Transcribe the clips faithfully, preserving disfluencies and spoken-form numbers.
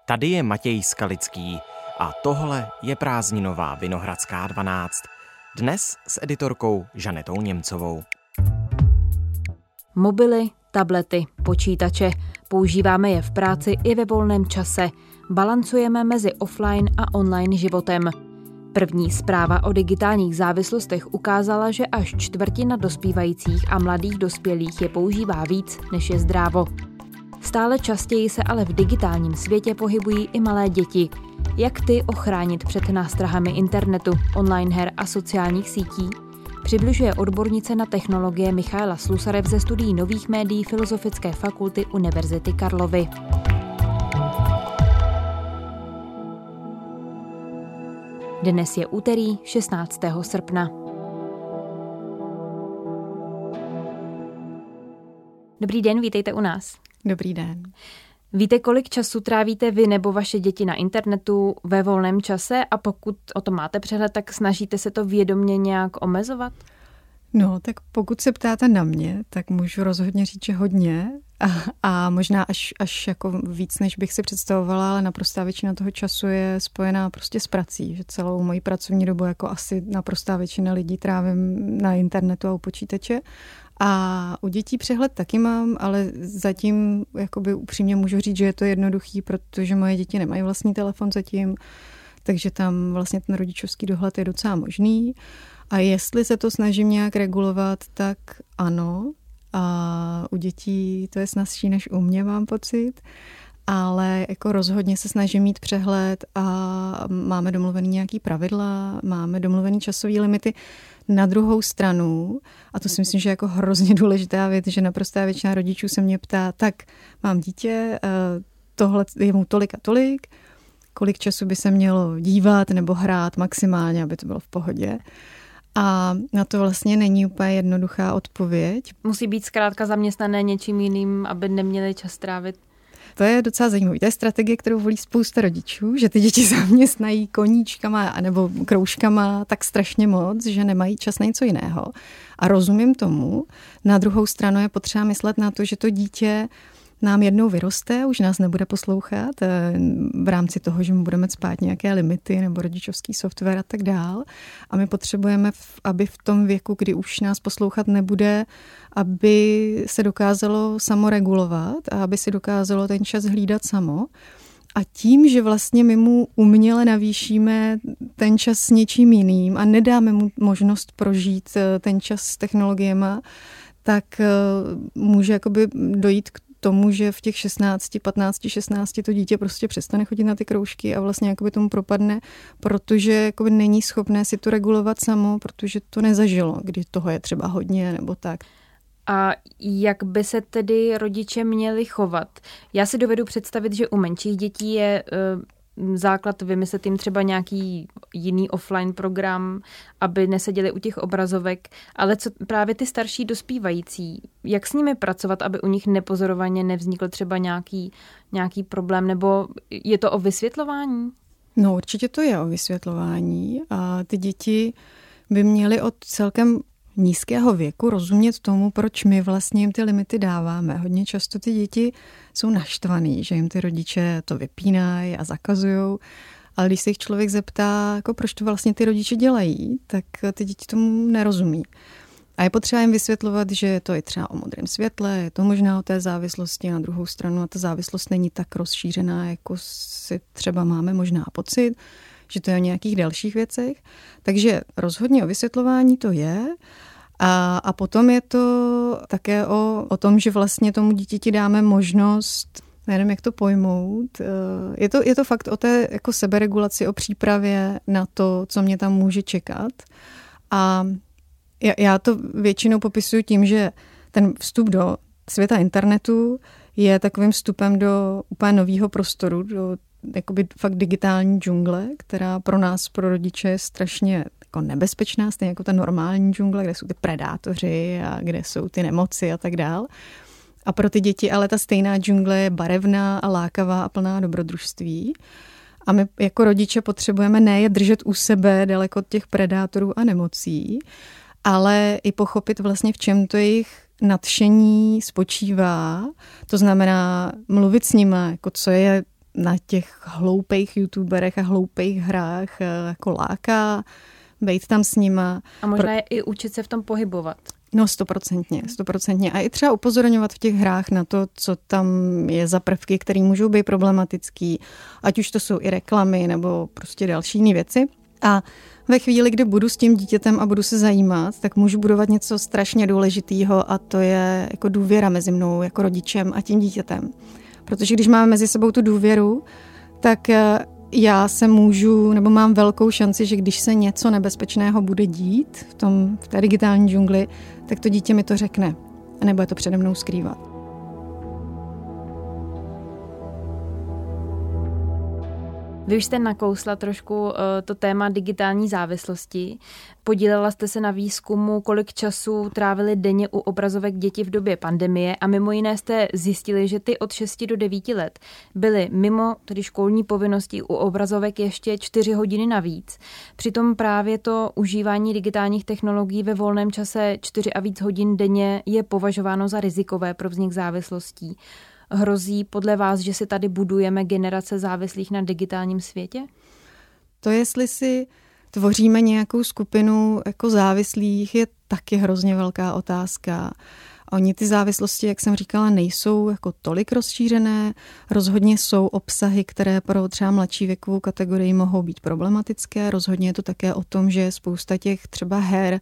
Tady je Matěj Skalický a tohle je prázdninová Vinohradská dvanáct. Dnes s editorkou Žanetou Němcovou. Mobily, tablety, počítače. Používáme je v práci i ve volném čase. Balancujeme mezi offline a online životem. První zpráva o digitálních závislostech ukázala, že až čtvrtina dospívajících a mladých dospělých je používá víc, než je zdrávo. Stále častěji se ale v digitálním světě pohybují i malé děti. Jak ty ochránit před nástrahami internetu, online her a sociálních sítí? Přibližuje odbornice na technologie Michaela Slusarev ze studií nových médií Filozofické fakulty Univerzity Karlovy. Dnes je úterý šestnáctého srpna. Dobrý den, vítejte u nás. Dobrý den. Víte, kolik času trávíte vy nebo vaše děti na internetu ve volném čase a pokud o tom máte přehled, tak snažíte se to vědomě nějak omezovat? No, tak pokud se ptáte na mě, tak můžu rozhodně říct, že hodně a, a možná až, až jako víc, než bych si představovala, ale naprostá většina toho času je spojená prostě s prací, že celou moji pracovní dobu jako asi naprostá většina lidí trávím na internetu a u počítače. A u dětí přehled taky mám, ale zatím jakoby upřímně můžu říct, že je to jednoduchý, protože moje děti nemají vlastní telefon zatím, takže tam vlastně ten rodičovský dohled je docela možný. A jestli se to snažím nějak regulovat, tak ano. A u dětí to je snazší než u mě, mám pocit. Ale jako rozhodně se snažím mít přehled a máme domluvený nějaký pravidla, máme domluvený časový limity. Na druhou stranu, a to si myslím, že je jako hrozně důležitá věc, že naprostá většina rodičů se mě ptá, tak mám dítě, tohle je mu tolik a tolik, kolik času by se mělo dívat nebo hrát maximálně, aby to bylo v pohodě. A na to vlastně není úplně jednoduchá odpověď. Musí být zkrátka zaměstnané něčím jiným, aby neměli čas trávit. To je docela zajímavé. To je strategie, kterou volí spousta rodičů, že ty děti zaměstnají koníčkama nebo kroužkama tak strašně moc, že nemají čas na něco jiného. A rozumím tomu. Na druhou stranu je potřeba myslet na to, že to dítě nám jednou vyroste, už nás nebude poslouchat v rámci toho, že mu budeme cpát nějaké limity nebo rodičovský software a tak dál. A my potřebujeme, aby v tom věku, kdy už nás poslouchat nebude, aby se dokázalo samoregulovat a aby si dokázalo ten čas hlídat samo. A tím, že vlastně my mu uměle navýšíme ten čas s něčím jiným a nedáme mu možnost prožít ten čas s technologiemi, tak může jakoby dojít k tomu, že v těch šestnácti, patnácti, šestnácti to dítě prostě přestane chodit na ty kroužky a vlastně jakoby tomu propadne, protože jakoby není schopné si to regulovat samo, protože to nezažilo, kdy toho je třeba hodně nebo tak. A jak by se tedy rodiče měli chovat? Já si dovedu představit, že u menších dětí je základ vymyslet jim třeba nějaký jiný offline program, aby neseděli u těch obrazovek, ale co právě ty starší dospívající, jak s nimi pracovat, aby u nich nepozorovaně nevznikl třeba nějaký, nějaký problém, nebo je to o vysvětlování? No určitě to je o vysvětlování a ty děti by měly od celkem nízkého věku rozumět tomu, proč my vlastně jim ty limity dáváme. Hodně často ty děti jsou naštvaný, že jim ty rodiče to vypínají a zakazujou, ale když se jich člověk zeptá, jako proč to vlastně ty rodiče dělají, tak ty děti tomu nerozumí. A je potřeba jim vysvětlovat, že je to i třeba o modrém světle, je to možná o té závislosti, na druhou stranu a ta závislost není tak rozšířená, jako si třeba máme možná pocit, že to je o nějakých dalších věcech. Takže rozhodně o vysvětlování to je. A, a potom je to také o, o tom, že vlastně tomu dítěti dáme možnost, nevím, jak to pojmout, je to, je to fakt o té jako seberegulaci, o přípravě na to, co mě tam může čekat. A já, já to většinou popisuju tím, že ten vstup do světa internetu je takovým vstupem do úplně nového prostoru, do jakoby fakt digitální džungle, která pro nás, pro rodiče je strašně jako nebezpečná, stejně jako ta normální džungle, kde jsou ty predátoři a kde jsou ty nemoci a tak dál. A pro ty děti ale ta stejná džungle je barevná a lákavá a plná dobrodružství. A my jako rodiče potřebujeme ne je držet u sebe daleko od těch predátorů a nemocí, ale i pochopit vlastně, v čem to jejich nadšení spočívá. To znamená mluvit s nimi, jako co je na těch hloupých youtuberech a hloupých hrách jako láká, bejt tam s nima. A možná je i učit se v tom pohybovat. No stoprocentně, stoprocentně. A i třeba upozorňovat v těch hrách na to, co tam je za prvky, které můžou být problematický, ať už to jsou i reklamy nebo prostě další jiné věci. A ve chvíli, kdy budu s tím dítětem a budu se zajímat, tak můžu budovat něco strašně důležitého a to je jako důvěra mezi mnou jako rodičem a tím dítětem. Protože když máme mezi sebou tu důvěru, tak já se můžu, nebo mám velkou šanci, že když se něco nebezpečného bude dít v, tom, v té digitální džungli, tak to dítě mi to řekne a nebude to přede mnou skrývat. Vy už jste nakousla trošku to téma digitální závislosti. Podílela jste se na výzkumu, kolik času trávili denně u obrazovek děti v době pandemie a mimo jiné jste zjistili, že ty od šesti do devíti let byly mimo tedy školní povinnosti u obrazovek ještě čtyři hodiny navíc. Přitom právě to užívání digitálních technologií ve volném čase čtyři a víc hodin denně je považováno za rizikové pro vznik závislostí. Hrozí podle vás, že si tady budujeme generace závislých na digitálním světě? To, jestli si tvoříme nějakou skupinu jako závislých, je taky hrozně velká otázka. Oni ty závislosti, jak jsem říkala, nejsou jako tolik rozšířené. Rozhodně jsou obsahy, které pro třeba mladší věkovou kategorii mohou být problematické. Rozhodně je to také o tom, že spousta těch třeba her,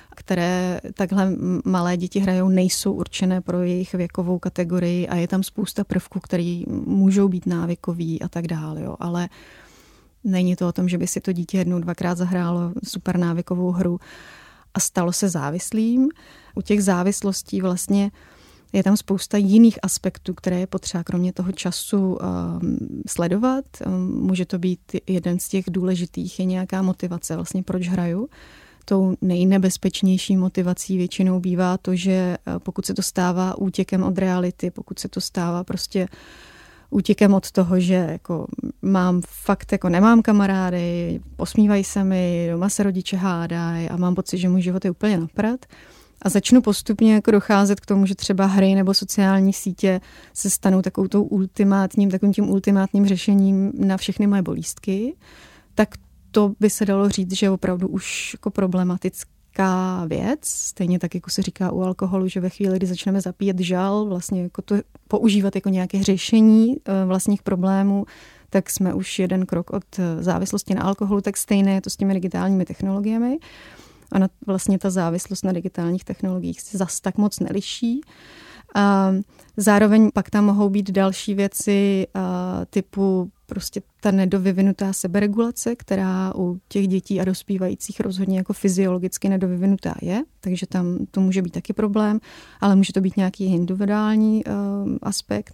které takhle malé děti hrajou, nejsou určené pro jejich věkovou kategorii a je tam spousta prvků, které můžou být návykový a tak dále. Jo. Ale není to o tom, že by si to dítě jednou, dvakrát zahrálo super návykovou hru a stalo se závislým. U těch závislostí vlastně je tam spousta jiných aspektů, které je potřeba kromě toho času um, sledovat. Um, může to být jeden z těch důležitých, je nějaká motivace, vlastně proč hraju. Tou nejnebezpečnější motivací většinou bývá to, že pokud se to stává útěkem od reality, pokud se to stává prostě útěkem od toho, že jako mám fakt, jako nemám kamarády, posmívají se mi, doma se rodiče hádají a mám pocit, že můj život je úplně na prd. A začnu postupně jako docházet k tomu, že třeba hry nebo sociální sítě se stanou takovou tou ultimátním, takovým tím ultimátním řešením na všechny moje bolístky, tak to by se dalo říct, že je opravdu už jako problematická věc. Stejně tak, jako se říká u alkoholu, že ve chvíli, kdy začneme zapíjet žal, vlastně jako to používat jako nějaké řešení vlastních problémů, tak jsme už jeden krok od závislosti na alkoholu, tak stejné je to s těmi digitálními technologiemi. Ona vlastně ta závislost na digitálních technologiích se zas tak moc neliší. A zároveň pak tam mohou být další věci typu prostě ta nedovyvinutá seberegulace, která u těch dětí a dospívajících rozhodně jako fyziologicky nedovyvinutá je, takže tam to může být taky problém, ale může to být nějaký individuální uh, aspekt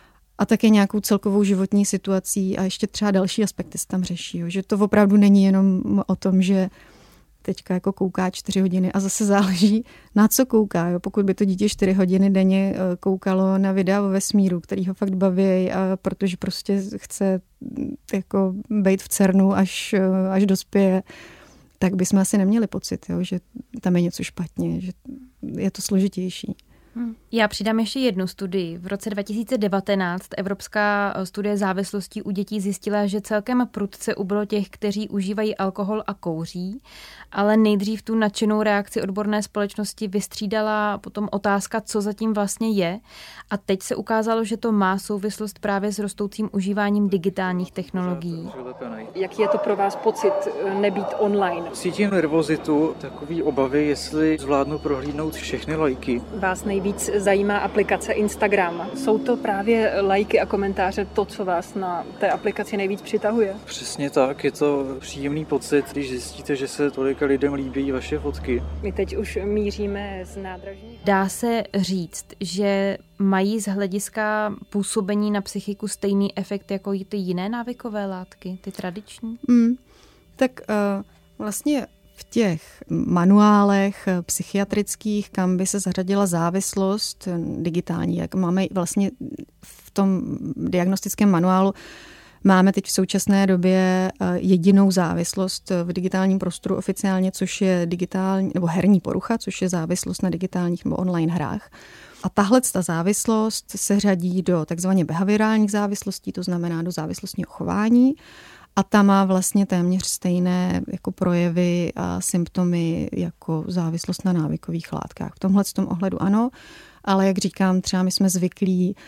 a také nějakou celkovou životní situací a ještě třeba další aspekty se tam řeší, jo, že to opravdu není jenom o tom, že teďka jako kouká čtyři hodiny a zase záleží, na co kouká. Jo. Pokud by to dítě čtyři hodiny denně koukalo na videa o vesmíru, který ho fakt baví, a protože prostě chce jako být v CERNu, až, až dospěje, tak bychom asi neměli pocit, jo, že tam je něco špatně, že je to složitější. Já přidám ještě jednu studii. V roce dva tisíce devatenáct Evropská studie závislostí u dětí zjistila, že celkem prudce ubylo těch, kteří užívají alkohol a kouří, ale nejdřív tu nadšenou reakci odborné společnosti vystřídala potom otázka, co zatím vlastně je. A teď se ukázalo, že to má souvislost právě s rostoucím užíváním digitálních technologií. Jaký je to pro vás pocit nebýt online? Cítím nervozitu, takový obavy, jestli zvládnu prohlídnout všechny lajky. Vás nejvíc zajímá aplikace Instagram. Jsou to právě lajky a komentáře to, co vás na té aplikaci nejvíc přitahuje? Přesně tak, je to příjemný pocit, když zjistíte, že se tolika lidem líbí vaše fotky. My teď už míříme z nádraží. Dá se říct, že mají z hlediska působení na psychiku stejný efekt jako i ty jiné návykové látky, ty tradiční? Mm, tak uh, vlastně v těch manuálech psychiatrických, kam by se zařadila závislost digitální, jak máme vlastně v tom diagnostickém manuálu, máme teď v současné době jedinou závislost v digitálním prostoru oficiálně, což je digitální nebo herní porucha, což je závislost na digitálních nebo online hrách. A tahle ta závislost se řadí do takzvaně behaviorálních závislostí, to znamená do závislostního chování. A ta má vlastně téměř stejné jako projevy a symptomy jako závislost na návykových látkách. V tomhle tom ohledu ano, ale jak říkám, třeba my jsme zvyklí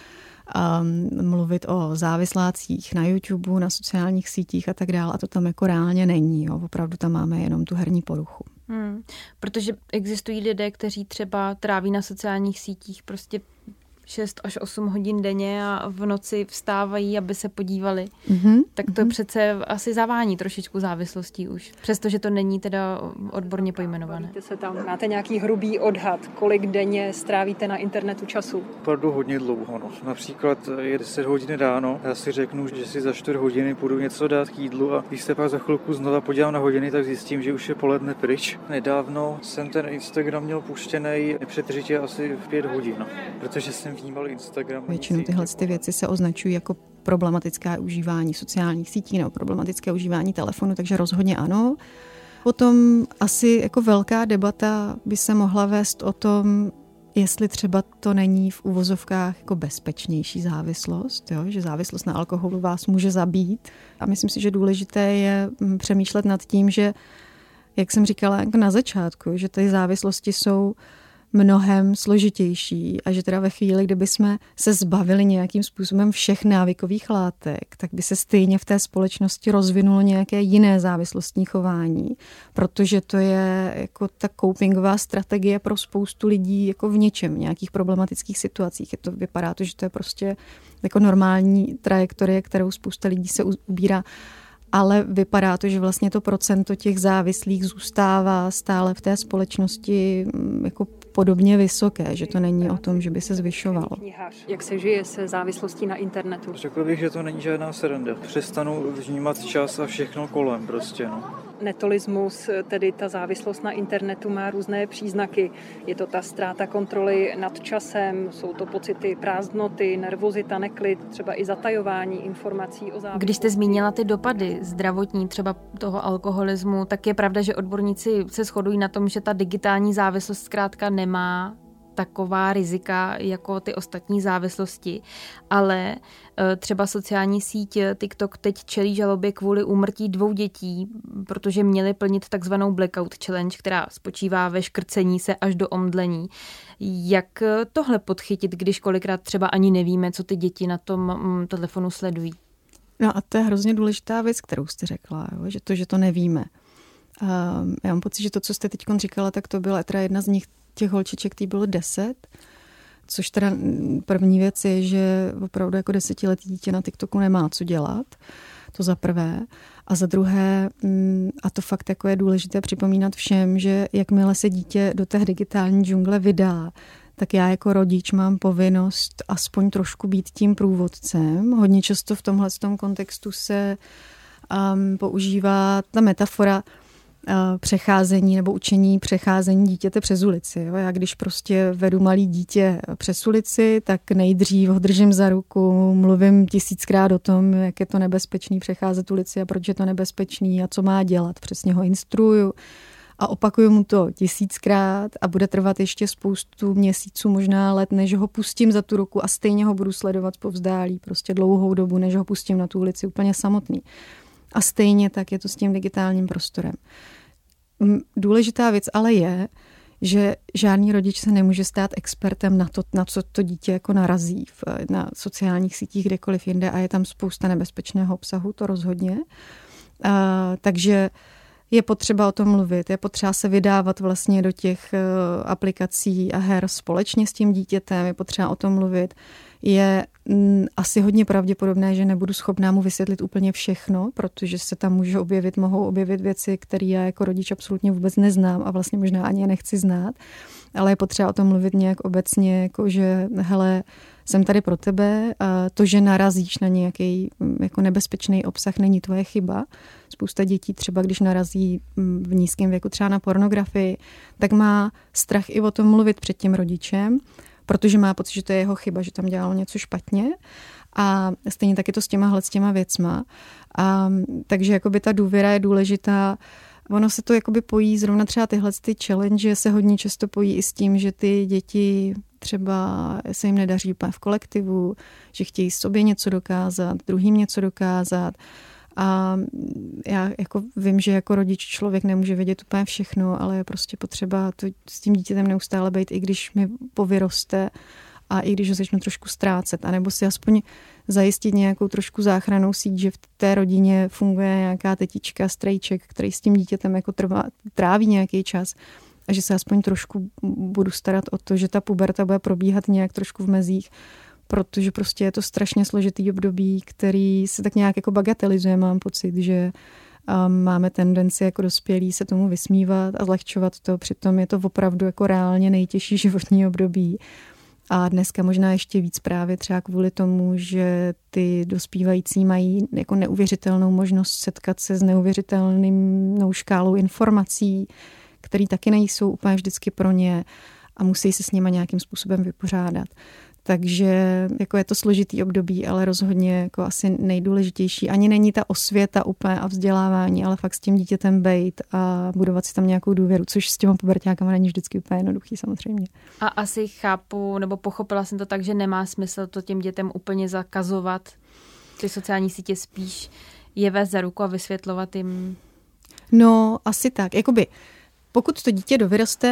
um, mluvit o závislácích na YouTube, na sociálních sítích a tak dále a to tam jako reálně není. Jo. Opravdu tam máme jenom tu herní poruchu. Hmm, protože existují lidé, kteří třeba tráví na sociálních sítích prostě šest až osm hodin denně a v noci vstávají, aby se podívali. Mm-hmm. Tak to mm-hmm. přece asi zavání trošičku závislostí už. Přestože to není teda odborně pojmenované. Bavíte se tam, máte nějaký hrubý odhad, kolik denně strávíte na internetu času? Opravdu hodně dlouho. No. Například je deset hodin ráno, já si řeknu, že si za čtyři hodiny půjdu něco dát k jídlu a když se pak za chvilku znova podívám na hodiny, tak zjistím, že už je poledne pryč. Nedávno jsem ten Instagram měl puštěnej nepřetržitě asi v pět hodin, no. Protože jsem vnímal Instagram. Většinou tyhle ty věci se označují jako problematická užívání sociálních sítí nebo problematické užívání telefonu, takže rozhodně ano. Potom asi jako velká debata by se mohla vést o tom, jestli třeba to není v uvozovkách jako bezpečnější závislost, jo? Že závislost na alkoholu vás může zabít. A myslím si, že důležité je přemýšlet nad tím, že, jak jsem říkala jako na začátku, že ty závislosti jsou mnohem složitější a že teda ve chvíli, kdyby jsme se zbavili nějakým způsobem všech návykových látek, tak by se stejně v té společnosti rozvinulo nějaké jiné závislostní chování, protože to je jako ta copingová strategie pro spoustu lidí jako v něčem, v nějakých problematických situacích. Je to, vypadá to, že to je prostě jako normální trajektorie, kterou spousta lidí se ubírá. Ale vypadá to, že vlastně to procento těch závislých zůstává stále v té společnosti jako podobně vysoké, že to není o tom, že by se zvyšovalo. Jak se žije se závislostí na internetu? Řekl bych, že to není žádná sranda. Přestanu vnímat čas a všechno kolem prostě, no. Netolismus, tedy ta závislost na internetu, má různé příznaky. Je to ta ztráta kontroly nad časem, jsou to pocity prázdnoty, nervozita, neklid, třeba i zatajování informací o závislosti. Když jste zmínila ty dopady zdravotní, třeba toho alkoholismu, tak je pravda, že odborníci se shodují na tom, že ta digitální závislost zkrátka nemá taková rizika jako ty ostatní závislosti, ale třeba sociální síť TikTok teď čelí žalobě kvůli úmrtí dvou dětí, protože měly plnit takzvanou blackout challenge, která spočívá ve škrcení se až do omdlení. Jak tohle podchytit, když kolikrát třeba ani nevíme, co ty děti na tom telefonu sledují? No a to je hrozně důležitá věc, kterou jste řekla, jo? Že to, že to nevíme. Um, já mám pocit, že to, co jste teď říkala, tak to byla teda jedna z nich, těch holčiček, tý bylo deset, což teda první věc je, že opravdu jako desetiletý dítě na TikToku nemá co dělat, to za prvé. A za druhé, a to fakt jako je důležité připomínat všem, že jakmile se dítě do té digitální džungle vydá, tak já jako rodič mám povinnost aspoň trošku být tím průvodcem. Hodně často v tomhle tom kontextu se um, používá ta metafora přecházení nebo učení přecházení dítěte přes ulici. Jo? Já když prostě vedu malý dítě přes ulici, tak nejdřív ho držím za ruku, mluvím tisíckrát o tom, jak je to nebezpečný přecházet ulici a proč je to nebezpečný a co má dělat. Přesně ho instruuju a opakuju mu to tisíckrát a bude trvat ještě spoustu měsíců, možná let, než ho pustím za tu ruku a stejně ho budu sledovat povzdálí prostě dlouhou dobu, než ho pustím na tu ulici úplně samotný. A stejně tak je to s tím digitálním prostorem. Důležitá věc ale je, že žádný rodič se nemůže stát expertem na to, na co to dítě jako narazí v, na sociálních sítích, kdekoliv jinde a je tam spousta nebezpečného obsahu, to rozhodně. A, takže je potřeba o tom mluvit, je potřeba se vydávat vlastně do těch uh, aplikací a her společně s tím dítětem, je potřeba o tom mluvit. Je m, asi hodně pravděpodobné, že nebudu schopná mu vysvětlit úplně všechno, protože se tam může objevit, mohou objevit věci, které já jako rodič absolutně vůbec neznám a vlastně možná ani je nechci znát, ale je potřeba o tom mluvit nějak obecně, jako že hele, jsem tady pro tebe, a to, že narazíš na nějaký jako nebezpečný obsah, není tvoje chyba. Spousta dětí třeba, když narazí v nízkém věku třeba na pornografii, tak má strach i o tom mluvit před tím rodičem, protože má pocit, že to je jeho chyba, že tam dělalo něco špatně. A stejně tak je to s těma, s těma věcma. A, takže jakoby ta důvěra je důležitá ono se to jakoby pojí, zrovna třeba tyhle ty challenge se hodně často pojí i s tím, že ty děti třeba se jim nedaří úplně v kolektivu, že chtějí sobě něco dokázat, druhým něco dokázat. A já jako vím, že jako rodič člověk nemůže vědět úplně všechno, ale je prostě potřeba to s tím dítětem neustále být, i když mi povyroste a i když ho začnu trošku ztrácet, anebo si aspoň zajistit nějakou trošku záchrannou síť, že v té rodině funguje nějaká tetička, strejček, který s tím dítětem jako trvá, tráví nějaký čas a že se aspoň trošku budu starat o to, že ta puberta bude probíhat nějak trošku v mezích, protože prostě je to strašně složitý období, který se tak nějak jako bagatelizuje, mám pocit, že um, máme tendenci jako dospělí se tomu vysmívat a zlehčovat to, přitom je to opravdu jako reálně nejtěžší životní období. A dneska možná ještě víc právě třeba kvůli tomu, že ty dospívající mají jako neuvěřitelnou možnost setkat se s neuvěřitelnou škálou informací, které taky nejsou úplně vždycky pro ně a musí se s nimi nějakým způsobem vypořádat. Takže jako je to složitý období, ale rozhodně jako asi nejdůležitější. Ani není ta osvěta úplně a vzdělávání, ale fakt s tím dítětem bejt a budovat si tam nějakou důvěru, což s těma puberťákama není vždycky úplně jednoduchý samozřejmě. A asi chápu, nebo pochopila jsem to tak, že nemá smysl to těm dětem úplně zakazovat. Ty sociální sítě spíš je vést za ruku a vysvětlovat jim. No, asi tak. Jakoby, pokud to dítě dovyroste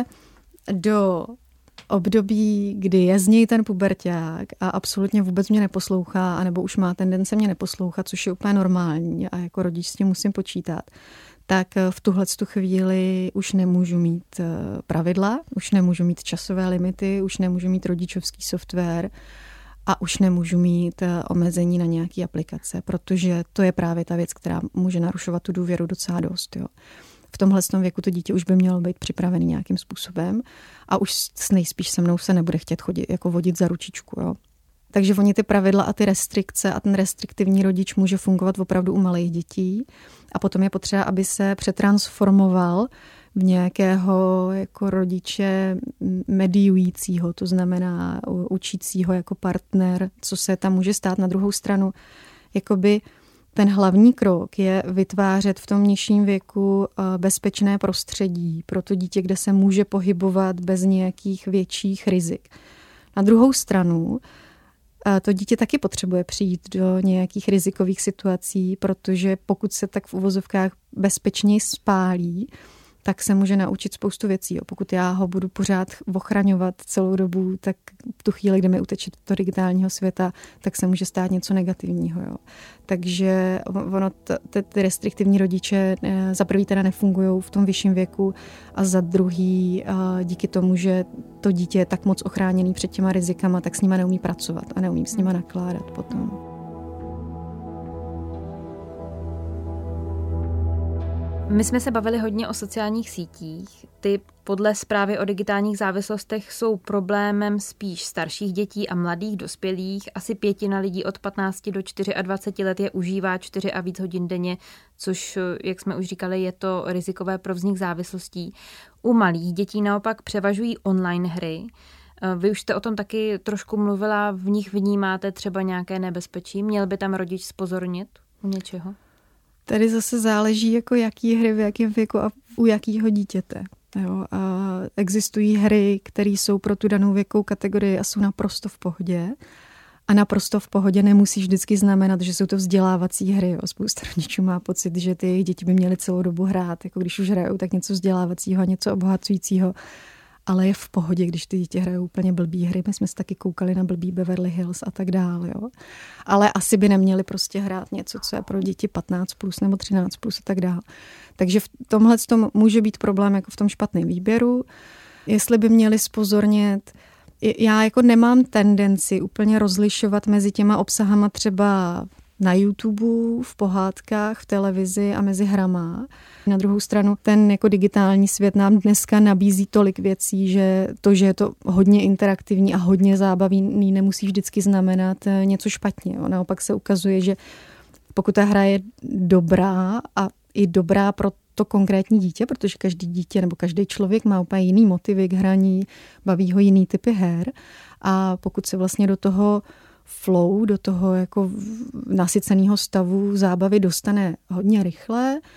do období, kdy je z něj ten puberťák a absolutně vůbec mě neposlouchá, anebo už má tendence mě neposlouchat, což je úplně normální a jako rodič s tím musím počítat, tak v tuhle tu chvíli už nemůžu mít pravidla, už nemůžu mít časové limity, už nemůžu mít rodičovský software a už nemůžu mít omezení na nějaké aplikace, protože to je právě ta věc, která může narušovat tu důvěru docela dost. Jo. V tomhle věku to dítě už by mělo být připravený nějakým způsobem a už nejspíš se mnou se nebude chtět chodit, jako vodit za ručičku. Jo. Takže oni ty pravidla a ty restrikce a ten restriktivní rodič může fungovat opravdu u malých dětí a potom je potřeba, aby se přetransformoval v nějakého jako rodiče mediujícího, to znamená učícího jako partner, co se tam může stát. Na druhou stranu, jakoby ten hlavní krok je vytvářet v tom nižším věku bezpečné prostředí pro to dítě, kde se může pohybovat bez nějakých větších rizik. Na druhou stranu, to dítě taky potřebuje přijít do nějakých rizikových situací, protože pokud se tak v uvozovkách bezpečněji spálí, tak se může naučit spoustu věcí. Jo. Pokud já ho budu pořád ochraňovat celou dobu, tak v tu chvíli, kdy mi uteče do digitálního světa, tak se může stát něco negativního. Jo. Takže ono, t- ty restriktivní rodiče za prvý teda nefungují v tom vyšším věku a za druhý díky tomu, že to dítě je tak moc ochráněný před těma rizikama, tak s nima neumí pracovat a neumí s nima nakládat potom. My jsme se bavili hodně o sociálních sítích. Ty podle zprávy o digitálních závislostech jsou problémem spíš starších dětí a mladých dospělých. Asi pětina lidí od patnácti do dvaceti čtyř let je užívá čtyři a víc hodin denně, což, jak jsme už říkali, je to rizikové pro vznik závislostí. U malých dětí naopak převažují online hry. Vy už jste o tom taky trošku mluvila, v nich vnímáte třeba nějaké nebezpečí? Měl by tam rodič zpozornit u něčeho? Tady zase záleží, jako jaký hry v jakém věku a u jakého dítěte. Jo, a existují hry, které jsou pro tu danou věkovou kategorii a jsou naprosto v pohodě. A naprosto v pohodě nemusí vždycky znamenat, že jsou to vzdělávací hry. Jo. Spousta rodičů má pocit, že ty děti by měly celou dobu hrát. Jako když už hrajou, tak něco vzdělávacího a něco obohacujícího. Ale je v pohodě, když ty děti hrajou úplně blbý hry. My jsme se taky koukali na blbý Beverly Hills a tak dále. Jo. Ale asi by neměli prostě hrát něco, co je pro děti patnáct plus nebo třináct plus a tak dále. Takže v tomhle tom může být problém jako v tom špatném výběru. Jestli by měli zpozornět, já jako nemám tendenci úplně rozlišovat mezi těma obsahama třeba na YouTube, v pohádkách, v televizi a mezi hrama. Na druhou stranu ten jako digitální svět nám dneska nabízí tolik věcí, že to, že je to hodně interaktivní a hodně zábavný, nemusí vždycky znamenat něco špatně. Naopak se ukazuje, že pokud ta hra je dobrá a i dobrá pro to konkrétní dítě, protože každý dítě nebo každý člověk má úplně jiný motivy k hraní, baví ho jiný typy her a pokud se vlastně do toho flow, do toho jako nasyceného stavu zábavy dostane hodně rychle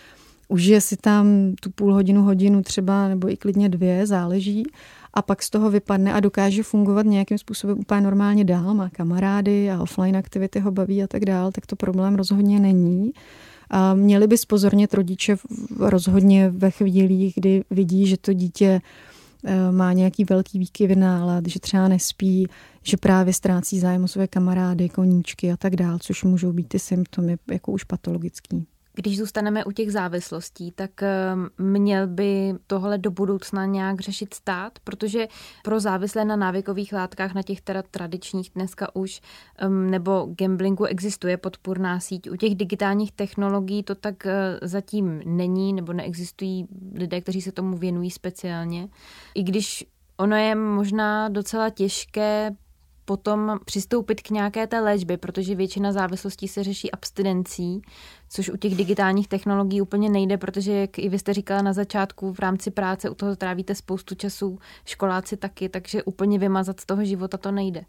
užije si tam tu půl hodinu, hodinu třeba, nebo i klidně dvě, záleží, a pak z toho vypadne a dokáže fungovat nějakým způsobem úplně normálně dál, má kamarády a offline aktivity ho baví a tak dál, tak to problém rozhodně není. A měli by zpozornit rodiče rozhodně ve chvílích, kdy vidí, že to dítě má nějaký velký výkyvy nálad, že třeba nespí, že právě ztrácí zájem o své kamarády, koníčky a tak dál, což můžou být ty symptomy jako už patologický. Když zůstaneme u těch závislostí, tak měl by tohle do budoucna nějak řešit stát, protože pro závislé na návykových látkách, na těch teda tradičních dneska už, nebo gamblingu existuje podpůrná síť. U těch digitálních technologií to tak zatím není, nebo neexistují lidé, kteří se tomu věnují speciálně. I když ono je možná docela těžké potom přistoupit k nějaké té léčbě, protože většina závislostí se řeší abstinencí, což u těch digitálních technologií úplně nejde, protože, jak i vy jste říkala na začátku, v rámci práce u toho trávíte spoustu času, školáci taky, takže úplně vymazat z toho života to nejde.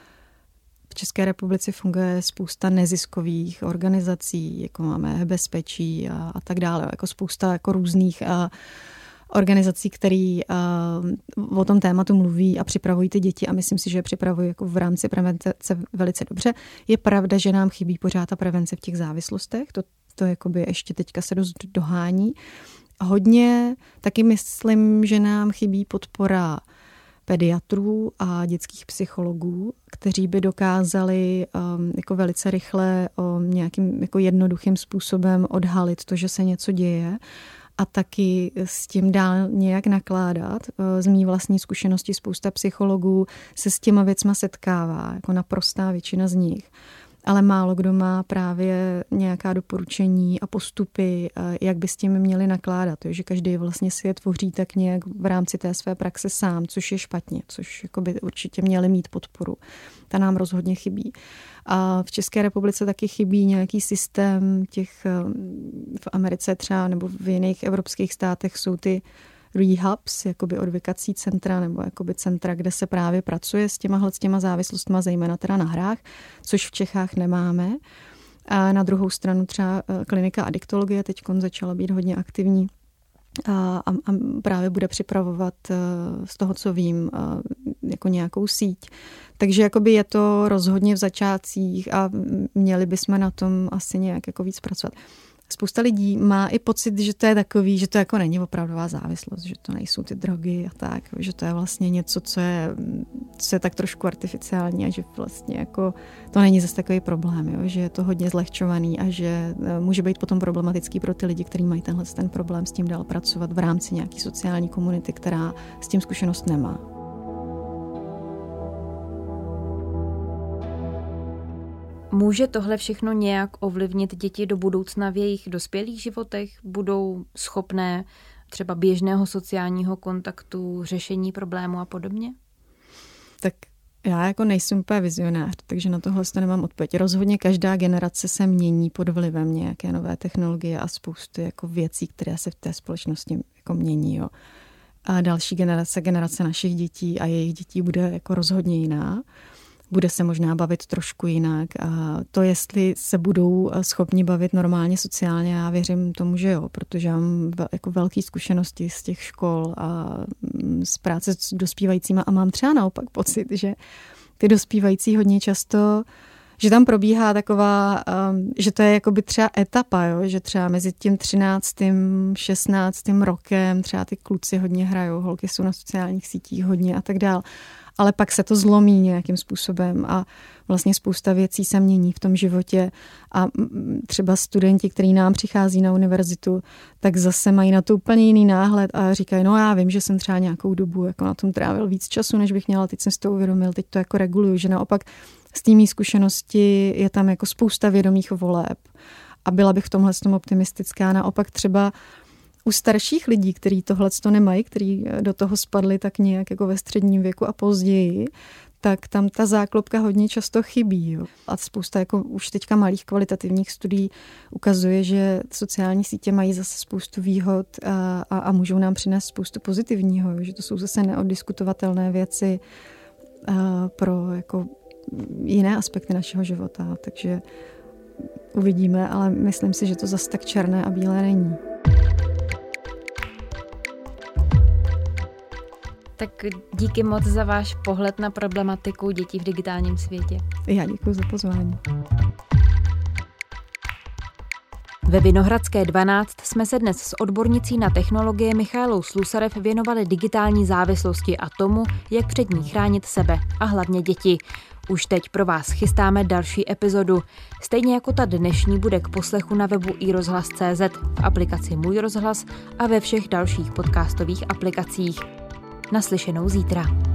V České republice funguje spousta neziskových organizací, jako máme Bezpečí a, a tak dále, jako spousta jako různých a, organizací, které uh, o tom tématu mluví a připravují ty děti, a myslím si, že je připravují jako v rámci prevence velice dobře. Je pravda, že nám chybí pořád ta prevence v těch závislostech, to, to jakoby ještě teďka se dost dohání. Hodně taky myslím, že nám chybí podpora pediatrů a dětských psychologů, kteří by dokázali um, jako velice rychle um, nějakým jako jednoduchým způsobem odhalit to, že se něco děje, a taky s tím dál nějak nakládat. Z mý vlastní zkušenosti spousta psychologů se s těma věcma setkává, jako naprostá většina z nich. Ale málo kdo má právě nějaká doporučení a postupy, jak by s tím měli nakládat. Že každý vlastně si je tvoří tak nějak v rámci té své praxe sám, což je špatně, což by určitě měli mít podporu. Ta nám rozhodně chybí. A v České republice taky chybí nějaký systém těch, v Americe třeba nebo v jiných evropských státech jsou ty rehabs, jakoby odvykací centra nebo jakoby centra, kde se právě pracuje s těma, s těma závislostma, zejména teda na hrách, což v Čechách nemáme. A na druhou stranu třeba klinika adiktologie teď začala být hodně aktivní a, a, a právě bude připravovat z toho, co vím, jako nějakou síť. Takže jakoby je to rozhodně v začátcích a měli bychom na tom asi nějak jako víc pracovat. Spousta lidí má i pocit, že to je takový, že to jako není opravdová závislost, že to nejsou ty drogy a tak, že to je vlastně něco, co je, co je tak trošku artificiální a že vlastně jako to není zase takový problém, jo? Že je to hodně zlehčovaný a že může být potom problematický pro ty lidi, kteří mají tenhle ten problém s tím dál pracovat v rámci nějaký sociální komunity, která s tím zkušenost nemá. Může tohle všechno nějak ovlivnit děti do budoucna v jejich dospělých životech? Budou schopné třeba běžného sociálního kontaktu, řešení problému a podobně? Tak já jako nejsem úplně vizionář, takže na tohle to nemám odpověď. Rozhodně každá generace se mění pod vlivem nějaké nové technologie a spousty jako věcí, které se v té společnosti jako mění. Jo. A další generace, generace našich dětí a jejich dětí bude jako rozhodně jiná. Bude se možná bavit trošku jinak. A to, jestli se budou schopni bavit normálně sociálně, já věřím tomu, že jo, protože mám jako velké zkušenosti z těch škol a z práce s dospívajícíma a mám třeba naopak pocit, že ty dospívající hodně často, že tam probíhá taková, že to je jakoby třeba etapa, jo? Že třeba mezi tím třináctým, šestnáctým rokem třeba ty kluci hodně hrajou, holky jsou na sociálních sítích hodně a tak dál. Ale pak se to zlomí nějakým způsobem a vlastně spousta věcí se mění v tom životě a třeba studenti, kteří nám přichází na univerzitu, tak zase mají na to úplně jiný náhled a říkají, no já vím, že jsem třeba nějakou dobu jako na tom trávil víc času, než bych měla, teď jsem si to uvědomil, teď to jako reguluju, že naopak z té mý zkušenosti je tam jako spousta vědomých voleb a byla bych v tomhle tom optimistická, naopak třeba u starších lidí, kteří tohleto nemají, kteří do toho spadli tak nějak jako ve středním věku a později, tak tam ta záklopka hodně často chybí. Jo. A spousta jako už teďka malých kvalitativních studií ukazuje, že sociální sítě mají zase spoustu výhod a, a, a můžou nám přinést spoustu pozitivního, jo. Že to jsou zase neoddiskutovatelné věci pro jako jiné aspekty našeho života. Takže uvidíme, ale myslím si, že to zase tak černé a bílé není. Tak díky moc za váš pohled na problematiku dětí v digitálním světě. Já děkuji za pozvání. Ve Vinohradské dvanáct jsme se dnes s odbornicí na technologie Michaelou Slusarev věnovali digitální závislosti a tomu, jak před ní chránit sebe a hlavně děti. Už teď pro vás chystáme další epizodu. Stejně jako ta dnešní bude k poslechu na webu i rozhlas tečka cé zet, v aplikaci Můj rozhlas a ve všech dalších podcastových aplikacích. Naslyšenou zítra.